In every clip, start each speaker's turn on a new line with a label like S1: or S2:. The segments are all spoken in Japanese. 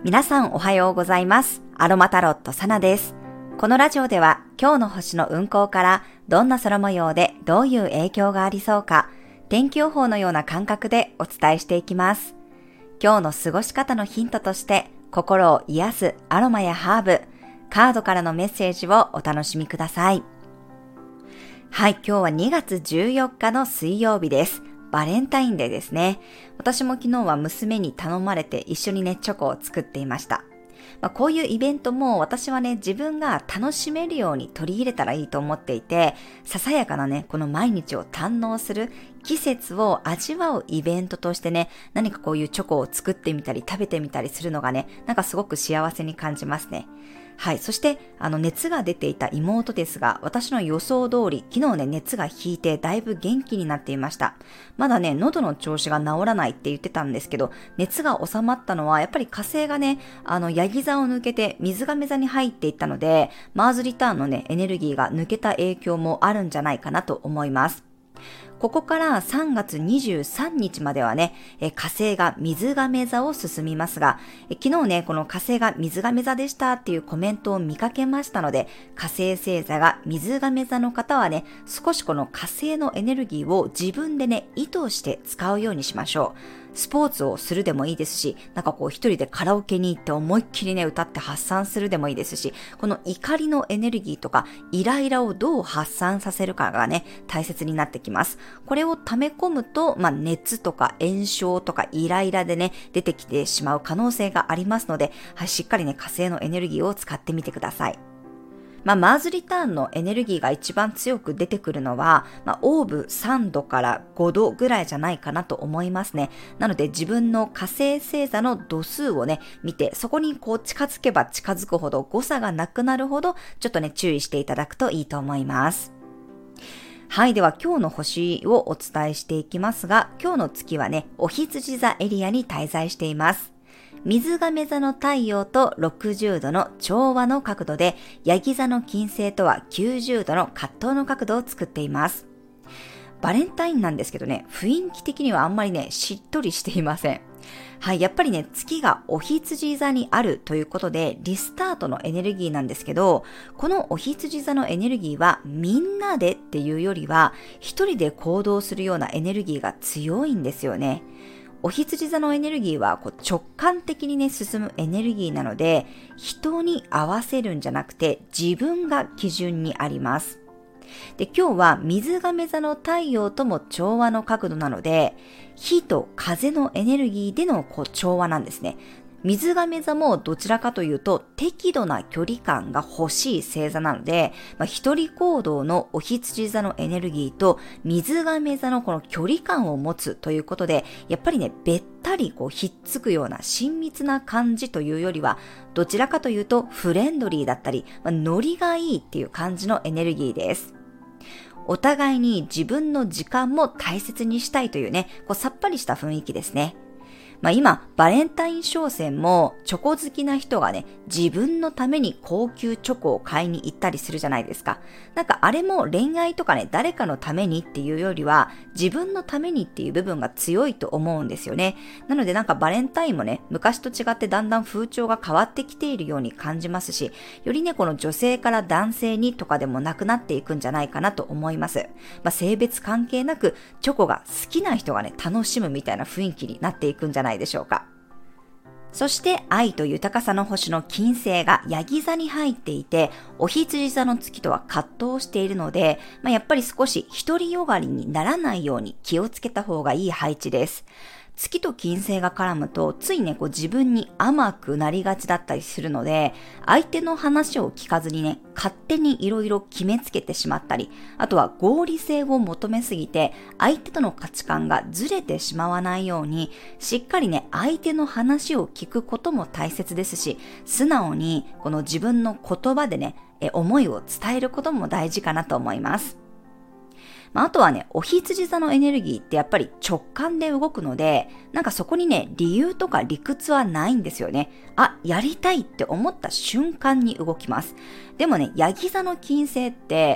S1: 皆さんおはようございます。アロマタロットサナです。このラジオでは今日の星の運行からどんな空模様でどういう影響がありそうか、天気予報のような感覚でお伝えしていきます。今日の過ごし方のヒントとして心を癒すアロマやハーブ、カードからのメッセージをお楽しみください。はい、今日は2月14日の水曜日です。バレンタインデーですね。私も昨日は娘に頼まれて一緒にね、チョコを作っていました。こういうイベントも私はね、自分が楽しめるように取り入れたらいいと思っていて、ささやかなね、この毎日を堪能する、季節を味わうイベントとしてね、何かこういうチョコを作ってみたり食べてみたりするのがね、なんかすごく幸せに感じますね。はい。そして、熱が出ていた妹ですが、私の予想通り、昨日ね、熱が引いてだいぶ元気になっていました。まだね、喉の調子が治らないって言ってたんですけど、熱が収まったのは、やっぱり火星がね、ヤギ座を抜けて水亀座に入っていったので、マーズリターンのね、エネルギーが抜けた影響もあるんじゃないかなと思います。ここから3月23日まではね、火星が水亀座を進みますが、昨日ね、この火星が水亀座でしたっていうコメントを見かけましたので、火星星座が水亀座の方はね、少しこの火星のエネルギーを自分でね、意図して使うようにしましょう。スポーツをするでもいいですし、なんかこう一人でカラオケに行って思いっきりね、歌って発散するでもいいですし、この怒りのエネルギーとかイライラをどう発散させるかがね、大切になってきます。これを溜め込むと、熱とか炎症とかイライラでね、出てきてしまう可能性がありますので、はい、しっかりね、火星のエネルギーを使ってみてください。マーズリターンのエネルギーが一番強く出てくるのは、オーブ3度から5度ぐらいじゃないかなと思いますね。なので自分の火星星座の度数をね、見て、そこにこう近づけば近づくほど誤差がなくなるほど、ちょっとね、注意していただくといいと思います。はい、では今日の星をお伝えしていきますが、今日の月はね、お羊座エリアに滞在しています。水亀座の太陽と60度の調和の角度で、ヤギ座の金星とは90度の葛藤の角度を作っています。バレンタインなんですけどね、雰囲気的にはあんまりね、しっとりしていません。はい、やっぱりね、月がお羊座にあるということで、リスタートのエネルギーなんですけど、このお羊座のエネルギーはみんなでっていうよりは、一人で行動するようなエネルギーが強いんですよね。お羊座のエネルギーは直感的にね、進むエネルギーなので、人に合わせるんじゃなくて自分が基準にあります。で、今日は水亀座の太陽とも調和の角度なので、火と風のエネルギーでの調和なんですね。水亀座もどちらかというと適度な距離感が欲しい星座なので、一人行動のお羊座のエネルギーと水亀座のこの距離感を持つということで、やっぱりね、べったりひっつくような親密な感じというよりは、どちらかというとフレンドリーだったり、ノリがいいっていう感じのエネルギーです。お互いに自分の時間も大切にしたいというね、さっぱりした雰囲気ですね。今、バレンタイン商戦もチョコ好きな人がね、自分のために高級チョコを買いに行ったりするじゃないですか。なんかあれも恋愛とかね、誰かのためにっていうよりは、自分のためにっていう部分が強いと思うんですよね。なのでなんかバレンタインもね、昔と違ってだんだん風潮が変わってきているように感じますし、よりね、この女性から男性にとかでもなくなっていくんじゃないかなと思います。性別関係なく、チョコが好きな人がね、楽しむみたいな雰囲気になっていくんじゃないでしょうか。そして愛と豊かさの星の金星がヤギ座に入っていて、お羊座の月とは葛藤しているので、やっぱり少し独りよがりにならないように気をつけた方がいい配置です。月と金星が絡むと、ついね、自分に甘くなりがちだったりするので、相手の話を聞かずにね、勝手にいろいろ決めつけてしまったり、あとは合理性を求めすぎて、相手との価値観がずれてしまわないように、しっかりね、相手の話を聞くことも大切ですし、素直にこの自分の言葉でね、思いを伝えることも大事かなと思います。あとはね、お羊座のエネルギーってやっぱり直感で動くので、なんかそこにね、理由とか理屈はないんですよね。やりたいって思った瞬間に動きます。でもね、ヤギ座の金星って、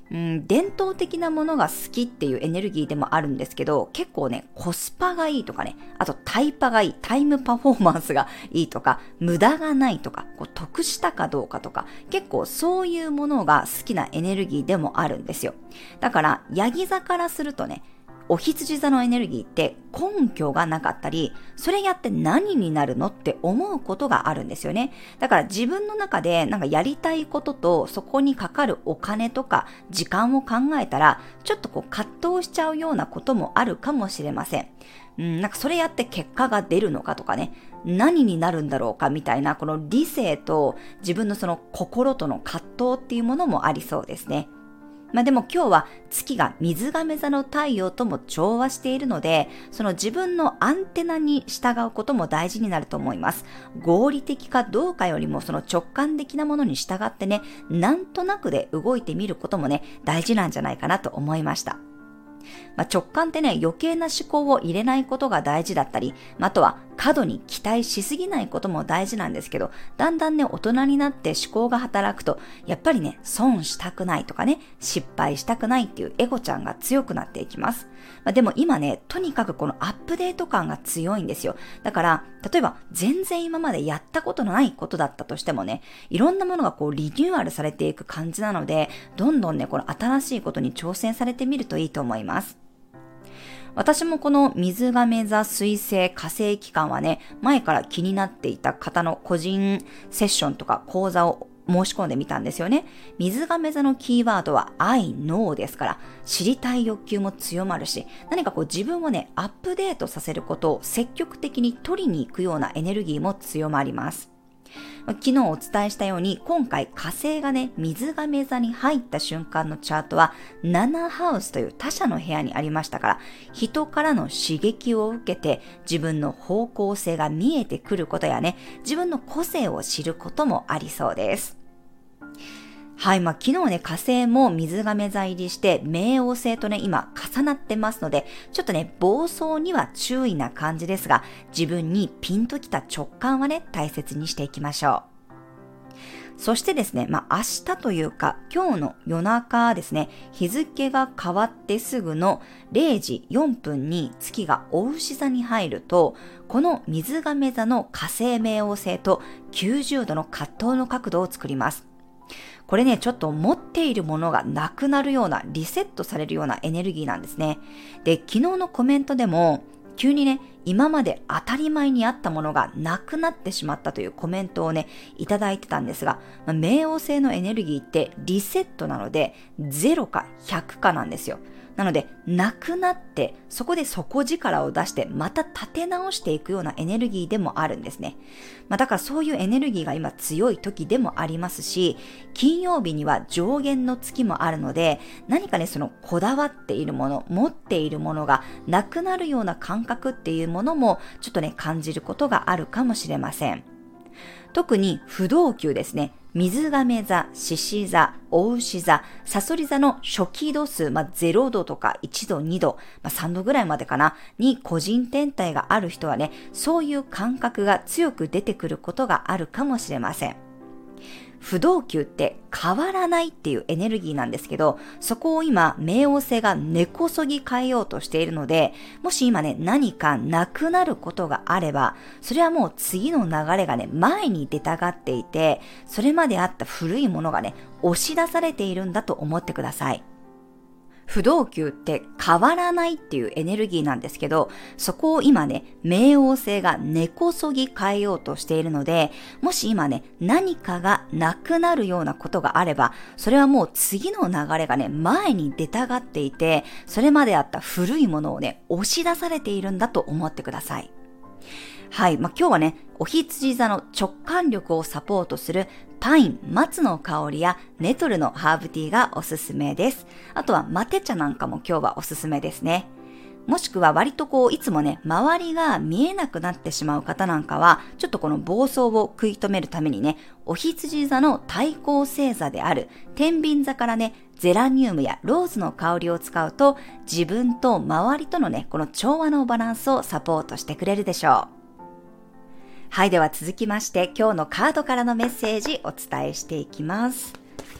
S1: 伝統的なものが好きっていうエネルギーでもあるんですけど、結構ね、コスパがいいとかね、あとタイパがいい、タイムパフォーマンスがいいとか、無駄がないとか、得したかどうかとか、結構そういうものが好きなエネルギーでもあるんですよ。だから、ヤギ座からするとね、お羊座のエネルギーって根拠がなかったり、それやって何になるのって思うことがあるんですよね。だから自分の中でやりたいこととそこにかかるお金とか時間を考えたら、ちょっと葛藤しちゃうようなこともあるかもしれません。それやって結果が出るのかとかね、何になるんだろうかみたいな、この理性と自分のその心との葛藤っていうものもありそうですね。でも今日は月が水亀座の太陽とも調和しているので、その自分のアンテナに従うことも大事になると思います。合理的かどうかよりもその直感的なものに従ってね、なんとなくで動いてみることもね、大事なんじゃないかなと思いました。直感ってね、余計な思考を入れないことが大事だったり、あとは過度に期待しすぎないことも大事なんですけど、だんだんね、大人になって思考が働くと、やっぱりね、損したくないとかね、失敗したくないっていうエゴちゃんが強くなっていきます。でも今ね、とにかくこのアップデート感が強いんですよ。だから、例えば全然今までやったことのないことだったとしてもね、いろんなものがリニューアルされていく感じなので、どんどんね、この新しいことに挑戦されてみるといいと思います。私もこの水亀座水星火星期間はね、前から気になっていた方の個人セッションとか講座を申し込んでみたんですよね。水亀座のキーワードは I know ですから、知りたい欲求も強まるし、何か自分をね、アップデートさせることを積極的に取りに行くようなエネルギーも強まります。昨日お伝えしたように、今回火星がね、水亀座に入った瞬間のチャートは7ハウスという他者の部屋にありましたから、人からの刺激を受けて自分の方向性が見えてくることやね、自分の個性を知ることもありそうです。はい、昨日ね、火星も水亀座入りして、冥王星とね、今重なってますので、ちょっとね、暴走には注意な感じですが、自分にピンときた直感はね、大切にしていきましょう。そしてですね、明日というか、今日の夜中ですね、日付が変わってすぐの0時4分に月が牡牛座に入ると、この水亀座の火星冥王星と90度の葛藤の角度を作ります。これね、ちょっと持っているものがなくなるような、リセットされるようなエネルギーなんですね。で、昨日のコメントでも、急にね、今まで当たり前にあったものがなくなってしまったというコメントをね、いただいてたんですが、冥王星のエネルギーってリセットなので、0か100かなんですよ。なので、なくなって、そこで底力を出して、また立て直していくようなエネルギーでもあるんですね。だからそういうエネルギーが今強い時でもありますし、金曜日には上限の月もあるので、何かね、そのこだわっているもの、持っているものがなくなるような感覚っていうものも、ちょっとね、感じることがあるかもしれません。特に不動級ですね。水亀座、獅子座、牡牛座、さそり座の初期度数、0度とか1度、2度、3度ぐらいまでかな、に個人天体がある人はね、そういう感覚が強く出てくることがあるかもしれません。不動級って変わらないっていうエネルギーなんですけど、そこを今、冥王星が根こそぎ変えようとしているので、もし今ね、何かなくなることがあれば、それはもう次の流れがね、前に出たがっていて、それまであった古いものがね、押し出されているんだと思ってください。不動級って変わらないっていうエネルギーなんですけど、そこを今ね、冥王星が根こそぎ変えようとしているので、もし今ね、何かがなくなるようなことがあれば、それはもう次の流れがね、前に出たがっていて、それまであった古いものをね、押し出されているんだと思ってください。はい、今日はね、お羊座の直感力をサポートするパイン、松の香りやネトルのハーブティーがおすすめです。あとはマテ茶なんかも今日はおすすめですね。もしくは割といつもね、周りが見えなくなってしまう方なんかは、ちょっとこの暴走を食い止めるためにね、お羊座の対抗星座である天秤座からね、ゼラニウムやローズの香りを使うと、自分と周りとのね、この調和のバランスをサポートしてくれるでしょう。はい、では続きまして今日のカードからのメッセージお伝えしていきます。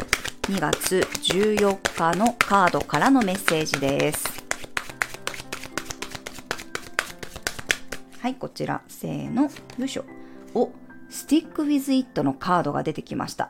S1: 2月14日のカードからのメッセージです。はい、こちら、せーの、よいしょ。Stick with it のカードが出てきました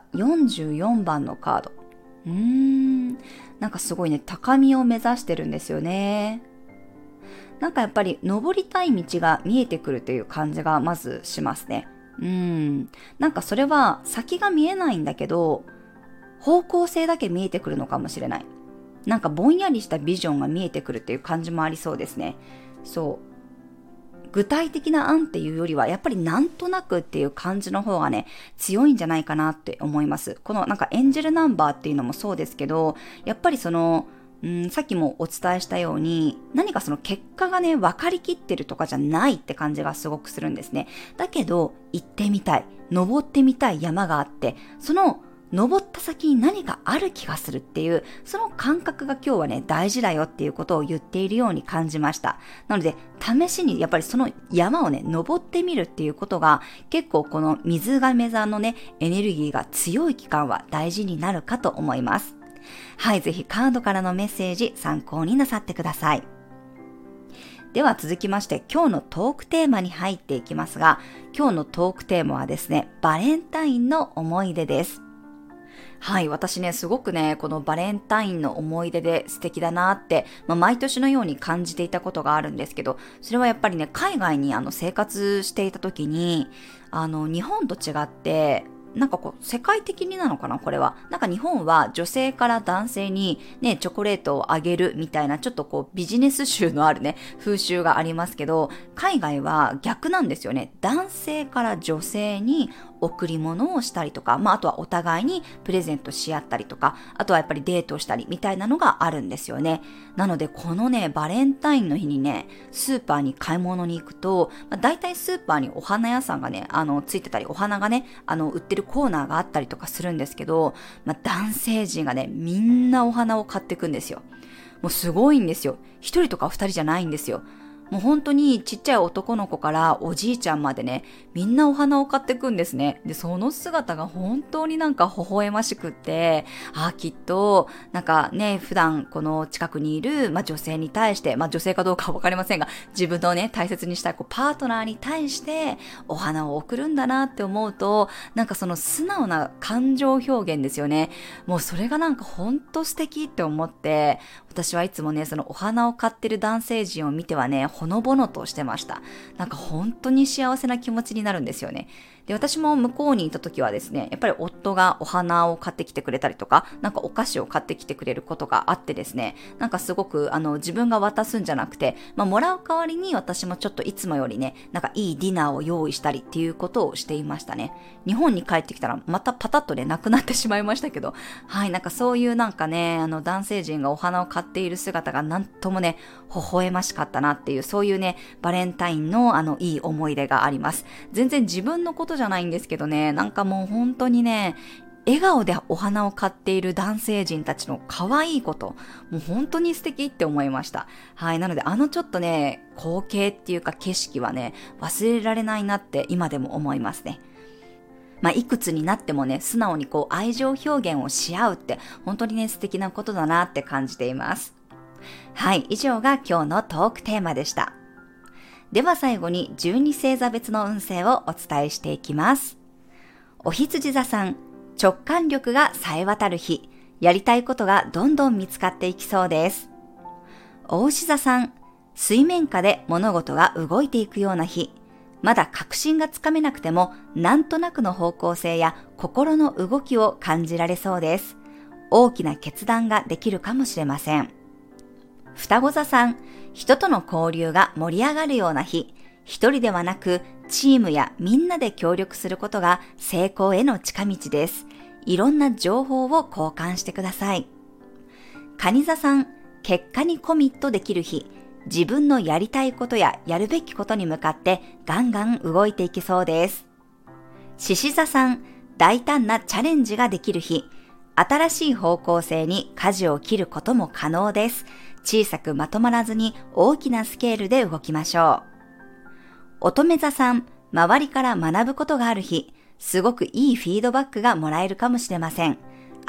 S1: 。44番のカード。なんかすごいね、高みを目指してるんですよね。なんかやっぱり登りたい道が見えてくるという感じがまずしますね。なんかそれは先が見えないんだけど、方向性だけ見えてくるのかもしれない。なんかぼんやりしたビジョンが見えてくるっていう感じもありそうですね。そう。具体的な案っていうよりは、やっぱりなんとなくっていう感じの方がね、強いんじゃないかなって思います。このなんかエンジェルナンバーっていうのもそうですけど、やっぱりその、さっきもお伝えしたように、何かその結果がね、分かりきってるとかじゃないって感じがすごくするんですね。だけど、行ってみたい、登ってみたい山があって、その登った先に何かある気がするっていう、その感覚が今日はね、大事だよっていうことを言っているように感じました。なので、試しにやっぱりその山をね、登ってみるっていうことが、結構この水亀座のね、エネルギーが強い期間は大事になるかと思います。はい、ぜひカードからのメッセージ参考になさってください。では続きまして今日のトークテーマに入っていきますが、今日のトークテーマはですね、バレンタインの思い出です。はい、私ね、すごくね、このバレンタインの思い出で素敵だなって、毎年のように感じていたことがあるんですけど、それはやっぱりね、海外に生活していた時に、日本と違って、なんかこう、世界的になのかなこれは。なんか日本は女性から男性にね、チョコレートをあげるみたいな、ちょっとこう、ビジネス臭のあるね、風習がありますけど、海外は逆なんですよね。男性から女性に贈り物をしたりとか、あとはお互いにプレゼントし合ったりとか、あとはやっぱりデートをしたりみたいなのがあるんですよね。なのでこのね、バレンタインの日にね、スーパーに買い物に行くと、だいたいスーパーにお花屋さんがね、ついてたり、お花がね、売ってるコーナーがあったりとかするんですけど、男性陣がね、みんなお花を買っていくんですよ。もうすごいんですよ。一人とか二人じゃないんですよ。もう本当にちっちゃい男の子からおじいちゃんまでね、みんなお花を買ってくんですね。で、その姿が本当になんか微笑ましくって、きっと、なんかね、普段この近くにいる、女性に対して、女性かどうかはわかりませんが、自分のね、大切にしたいパートナーに対してお花を贈るんだなって思うと、なんかその素直な感情表現ですよね。もうそれがなんか本当素敵って思って、私はいつもね、そのお花を買ってる男性陣を見てはね、ほのぼのとしてました。なんか本当に幸せな気持ちになるんですよね。で、私も向こうにいた時はですね、やっぱり夫がお花を買ってきてくれたりとか、なんかお菓子を買ってきてくれることがあってですね、なんかすごく自分が渡すんじゃなくて、もらう代わりに私もちょっといつもよりね、なんかいいディナーを用意したりっていうことをしていましたね。日本に帰ってきたらまたパタッとね、なくなってしまいましたけど、はい、なんかそういうなんかね、男性陣がお花を買っている姿がなんともね、微笑ましかったなっていう、そういうね、バレンタインのいい思い出があります。全然自分のことじゃないんですけどね、なんかもう本当にね、笑顔でお花を買っている男性陣たちの可愛いこと、もう本当に素敵って思いました。はい、なのでちょっとね、光景っていうか景色はね、忘れられないなって今でも思いますね。いくつになってもね、素直に愛情表現をし合うって本当にね、素敵なことだなって感じています。はい、以上が今日のトークテーマでした。では最後に12星座別の運勢をお伝えしていきます。お羊座さん、直感力が冴え渡る日、やりたいことがどんどん見つかっていきそうです。お牛座さん、水面下で物事が動いていくような日、まだ確信がつかめなくても、なんとなくの方向性や心の動きを感じられそうです。大きな決断ができるかもしれません。双子座さん、人との交流が盛り上がるような日、一人ではなくチームやみんなで協力することが成功への近道です。いろんな情報を交換してください。蟹座さん、結果にコミットできる日、自分のやりたいことややるべきことに向かってガンガン動いていきそうです。獅子座さん、大胆なチャレンジができる日、新しい方向性に舵を切ることも可能です。小さくまとまらずに大きなスケールで動きましょう。乙女座さん、周りから学ぶことがある日、すごくいいフィードバックがもらえるかもしれません。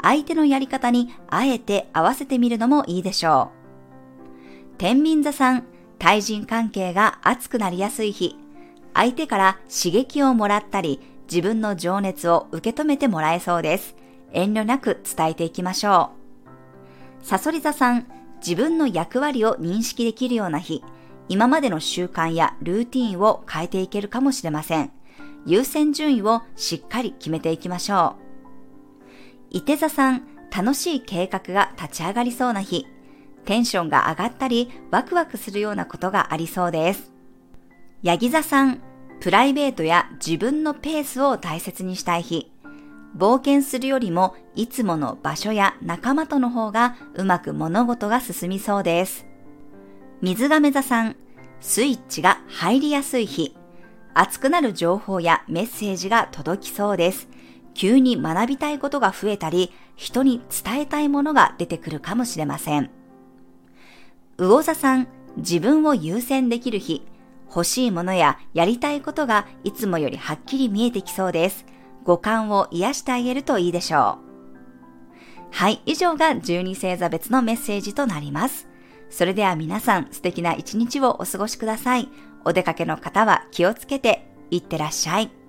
S1: 相手のやり方にあえて合わせてみるのもいいでしょう。天秤座さん、対人関係が熱くなりやすい日。相手から刺激をもらったり、自分の情熱を受け止めてもらえそうです。遠慮なく伝えていきましょう。さそり座さん、自分の役割を認識できるような日。今までの習慣やルーティーンを変えていけるかもしれません。優先順位をしっかり決めていきましょう。いて座さん、楽しい計画が立ち上がりそうな日。テンションが上がったり、ワクワクするようなことがありそうです。ヤギ座さん、プライベートや自分のペースを大切にしたい日。冒険するよりもいつもの場所や仲間との方がうまく物事が進みそうです。水亀座さん、スイッチが入りやすい日。熱くなる情報やメッセージが届きそうです。急に学びたいことが増えたり、人に伝えたいものが出てくるかもしれません。魚座さん、自分を優先できる日。欲しいものややりたいことがいつもよりはっきり見えてきそうです。五感を癒してあげるといいでしょう。はい、以上が12星座別のメッセージとなります。それでは皆さん、素敵な一日をお過ごしください。お出かけの方は気をつけていってらっしゃい。